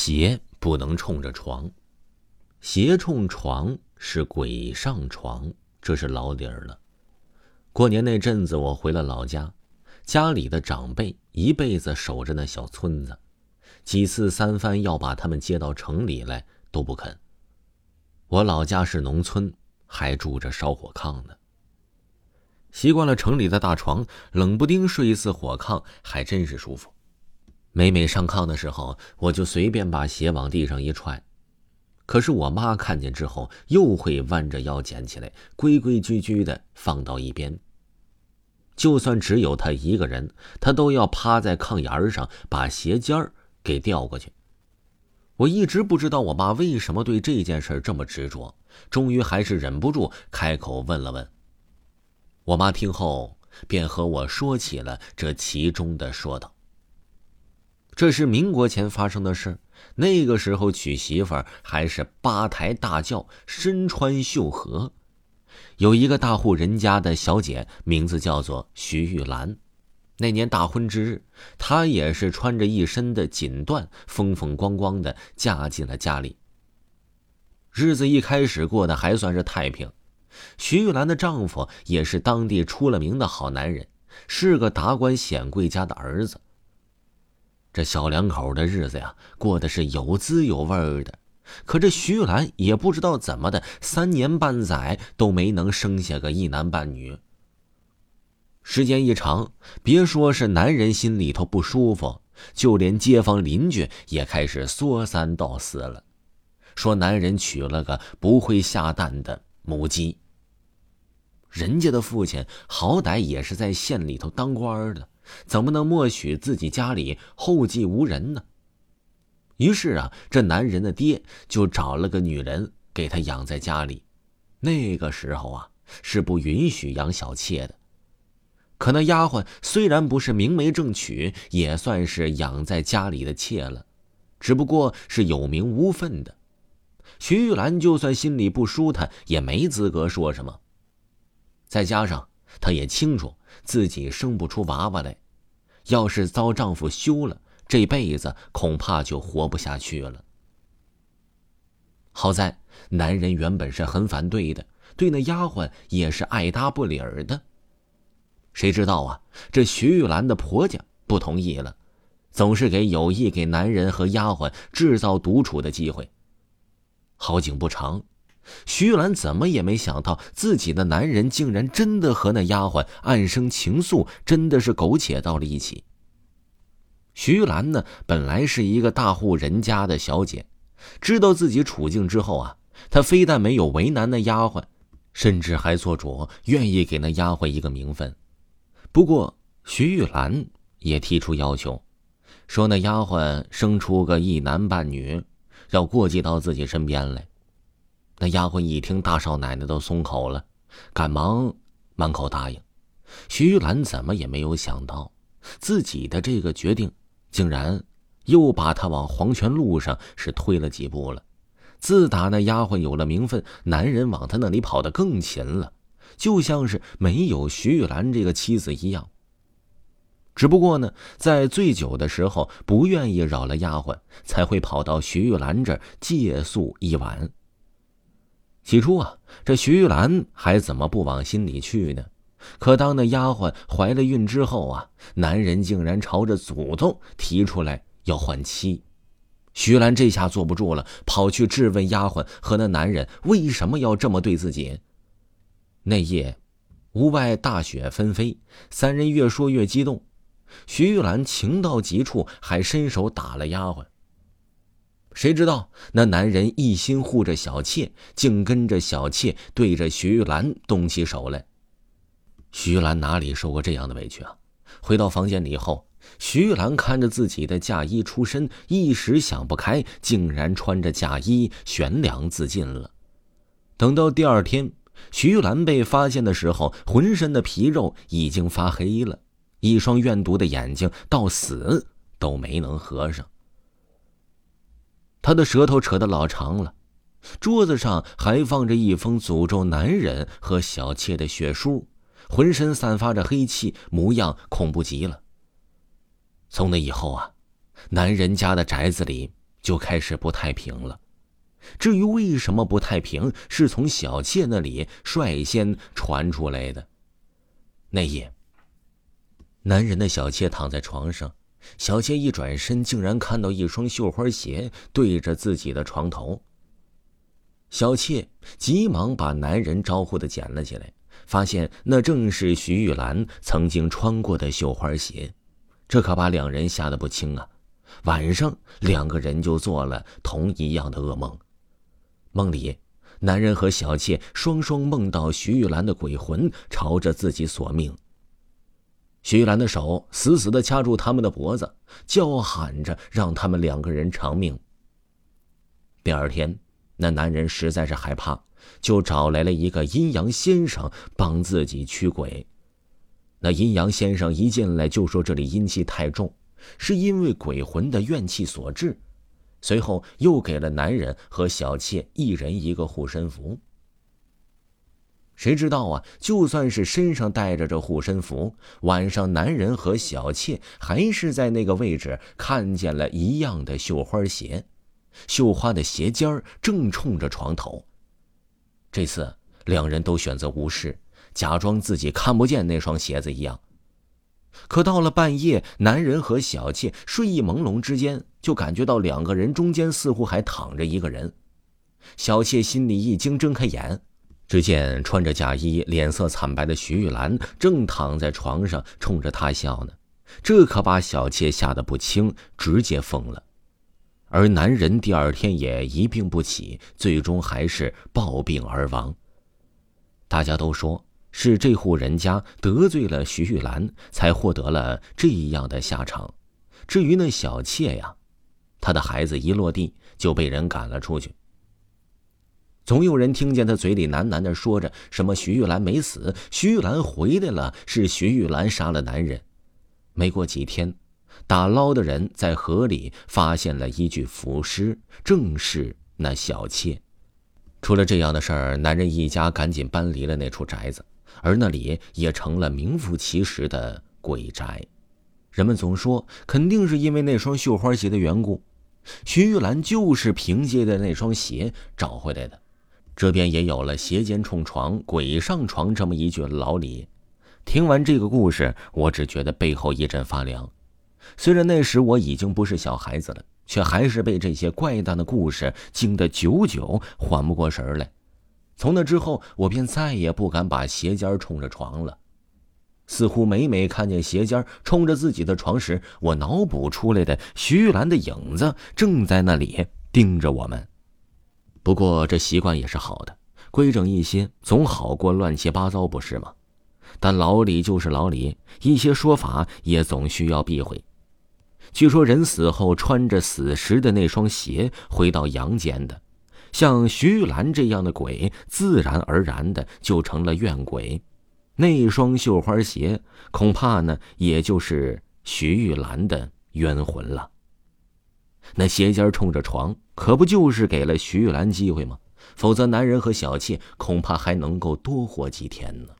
鞋不能冲着床，鞋冲床是鬼上床，这是老理儿了。过年那阵子我回了老家，家里的长辈一辈子守着那小村子，几次三番要把他们接到城里来都不肯。我老家是农村，还住着烧火炕呢。习惯了城里的大床，冷不丁睡一次火炕还真是舒服。每每上炕的时候，我就随便把鞋往地上一踹，可是我妈看见之后又会弯着腰捡起来，规规矩矩地放到一边。就算只有她一个人，她都要趴在炕沿上把鞋尖儿给调过去。我一直不知道我妈为什么对这件事这么执着，终于还是忍不住开口问了问。我妈听后便和我说起了这其中的说道。这是民国前发生的事，那个时候娶媳妇儿还是八抬大轿，身穿绣荷。有一个大户人家的小姐，名字叫做徐玉兰。那年大婚之日，她也是穿着一身的锦缎，风风光光的嫁进了家里。日子一开始过得还算是太平，徐玉兰的丈夫也是当地出了名的好男人，是个达官显贵家的儿子。这小两口的日子呀，过得是有滋有味的。可这徐玉兰也不知道怎么的，3年半载都没能生下个一男半女。时间一长，别说是男人心里头不舒服，就连街坊邻居也开始说三道四了，说男人娶了个不会下蛋的母鸡。人家的父亲好歹也是在县里头当官的，怎么能默许自己家里后继无人呢？于是啊，这男人的爹就找了个女人给他养在家里。那个时候啊，是不允许养小妾的。可那丫鬟虽然不是明媒正娶，也算是养在家里的妾了，只不过是有名无分的。徐玉兰就算心里不舒坦，也没资格说什么。再加上她也清楚自己生不出娃娃来，要是遭丈夫休了，这辈子恐怕就活不下去了。好在男人原本是很反对的，对那丫鬟也是爱搭不理儿的。谁知道啊，这徐玉兰的婆家不同意了，总是有意给男人和丫鬟制造独处的机会。好景不长，徐玉兰怎么也没想到自己的男人竟然真的和那丫鬟暗生情愫，真的是苟且到了一起。徐玉兰呢，本来是一个大户人家的小姐，知道自己处境之后啊，她非但没有为难那丫鬟，甚至还做主愿意给那丫鬟一个名分。不过徐玉兰也提出要求，说那丫鬟生出个一男半女，要过继到自己身边来。那丫鬟一听，大少奶奶都松口了，赶忙满口答应。徐玉兰怎么也没有想到，自己的这个决定竟然又把她往黄泉路上是推了几步了。自打那丫鬟有了名分，男人往她那里跑得更勤了，就像是没有徐玉兰这个妻子一样。只不过呢，在醉酒的时候不愿意扰了丫鬟，才会跑到徐玉兰这儿借宿一晚。起初啊，这徐玉兰还怎么不往心里去呢？可当那丫鬟怀了孕之后啊，男人竟然朝着祖宗提出来要换妻。徐兰这下坐不住了，跑去质问丫鬟和那男人为什么要这么对自己。那夜屋外大雪纷飞，三人越说越激动，徐玉兰情到极处，还伸手打了丫鬟。谁知道那男人一心护着小妾，竟跟着小妾对着徐玉兰动起手来。徐玉兰哪里受过这样的委屈啊？回到房间里后，徐玉兰看着自己的嫁衣出身，一时想不开，竟然穿着嫁衣悬梁自尽了。等到第二天，徐玉兰被发现的时候，浑身的皮肉已经发黑了，一双怨毒的眼睛到死都没能合上。她的舌头扯得老长了，桌子上还放着一封诅咒男人和小妾的血书，浑身散发着黑气，模样恐怖极了。从那以后啊，男人家的宅子里就开始不太平了。至于为什么不太平，是从小妾那里率先传出来的。那夜，男人的小妾躺在床上，小妾一转身，竟然看到一双绣花鞋对着自己的床头。小妾急忙把男人招呼的捡了起来，发现那正是徐玉兰曾经穿过的绣花鞋，这可把两人吓得不轻啊！晚上两个人就做了同一样的噩梦。梦里，男人和小妾双双梦到徐玉兰的鬼魂朝着自己索命。徐玉兰的手死死地掐住他们的脖子，叫喊着让他们两个人偿命。第二天，那男人实在是害怕，就找来了一个阴阳先生帮自己驱鬼。那阴阳先生一进来就说这里阴气太重，是因为鬼魂的怨气所致。随后又给了男人和小妾一人一个护身符。谁知道啊，就算是身上带着这护身符，晚上男人和小妾还是在那个位置看见了一样的绣花鞋，绣花的鞋尖正冲着床头。这次两人都选择无视，假装自己看不见那双鞋子一样。可到了半夜，男人和小妾睡意朦胧之间，就感觉到两个人中间似乎还躺着一个人。小妾心里一惊，睁开眼，只见穿着假衣、脸色惨白的徐玉兰正躺在床上冲着她笑呢，这可把小妾吓得不轻，直接疯了。而男人第二天也一病不起，最终还是暴病而亡。大家都说是这户人家得罪了徐玉兰，才获得了这样的下场。至于那小妾呀，她的孩子一落地就被人赶了出去。总有人听见他嘴里喃喃地说着什么徐玉兰没死，徐玉兰回来了，是徐玉兰杀了男人。没过几天，打捞的人在河里发现了一具浮尸，正是那小妾。出了这样的事儿，男人一家赶紧搬离了那处宅子，而那里也成了名副其实的鬼宅。人们总说肯定是因为那双绣花鞋的缘故，徐玉兰就是凭借着那双鞋找回来的。这边也有了鞋尖冲床，鬼上床这么一句老理。听完这个故事，我只觉得背后一阵发凉。虽然那时我已经不是小孩子了，却还是被这些怪诞的故事惊得久久缓不过神来。从那之后，我便再也不敢把鞋尖冲着床了。似乎每每看见鞋尖冲着自己的床时，我脑补出来的徐玉兰的影子正在那里盯着我们。不过这习惯也是好的，规整一些总好过乱七八糟，不是吗？但老理就是老理，一些说法也总需要避讳。据说人死后穿着死时的那双鞋回到阳间的，像徐玉兰这样的鬼自然而然的就成了怨鬼，那双绣花鞋恐怕呢也就是徐玉兰的冤魂了。那鞋尖冲着床，可不就是给了徐玉兰机会吗？否则男人和小妾恐怕还能够多活几天呢。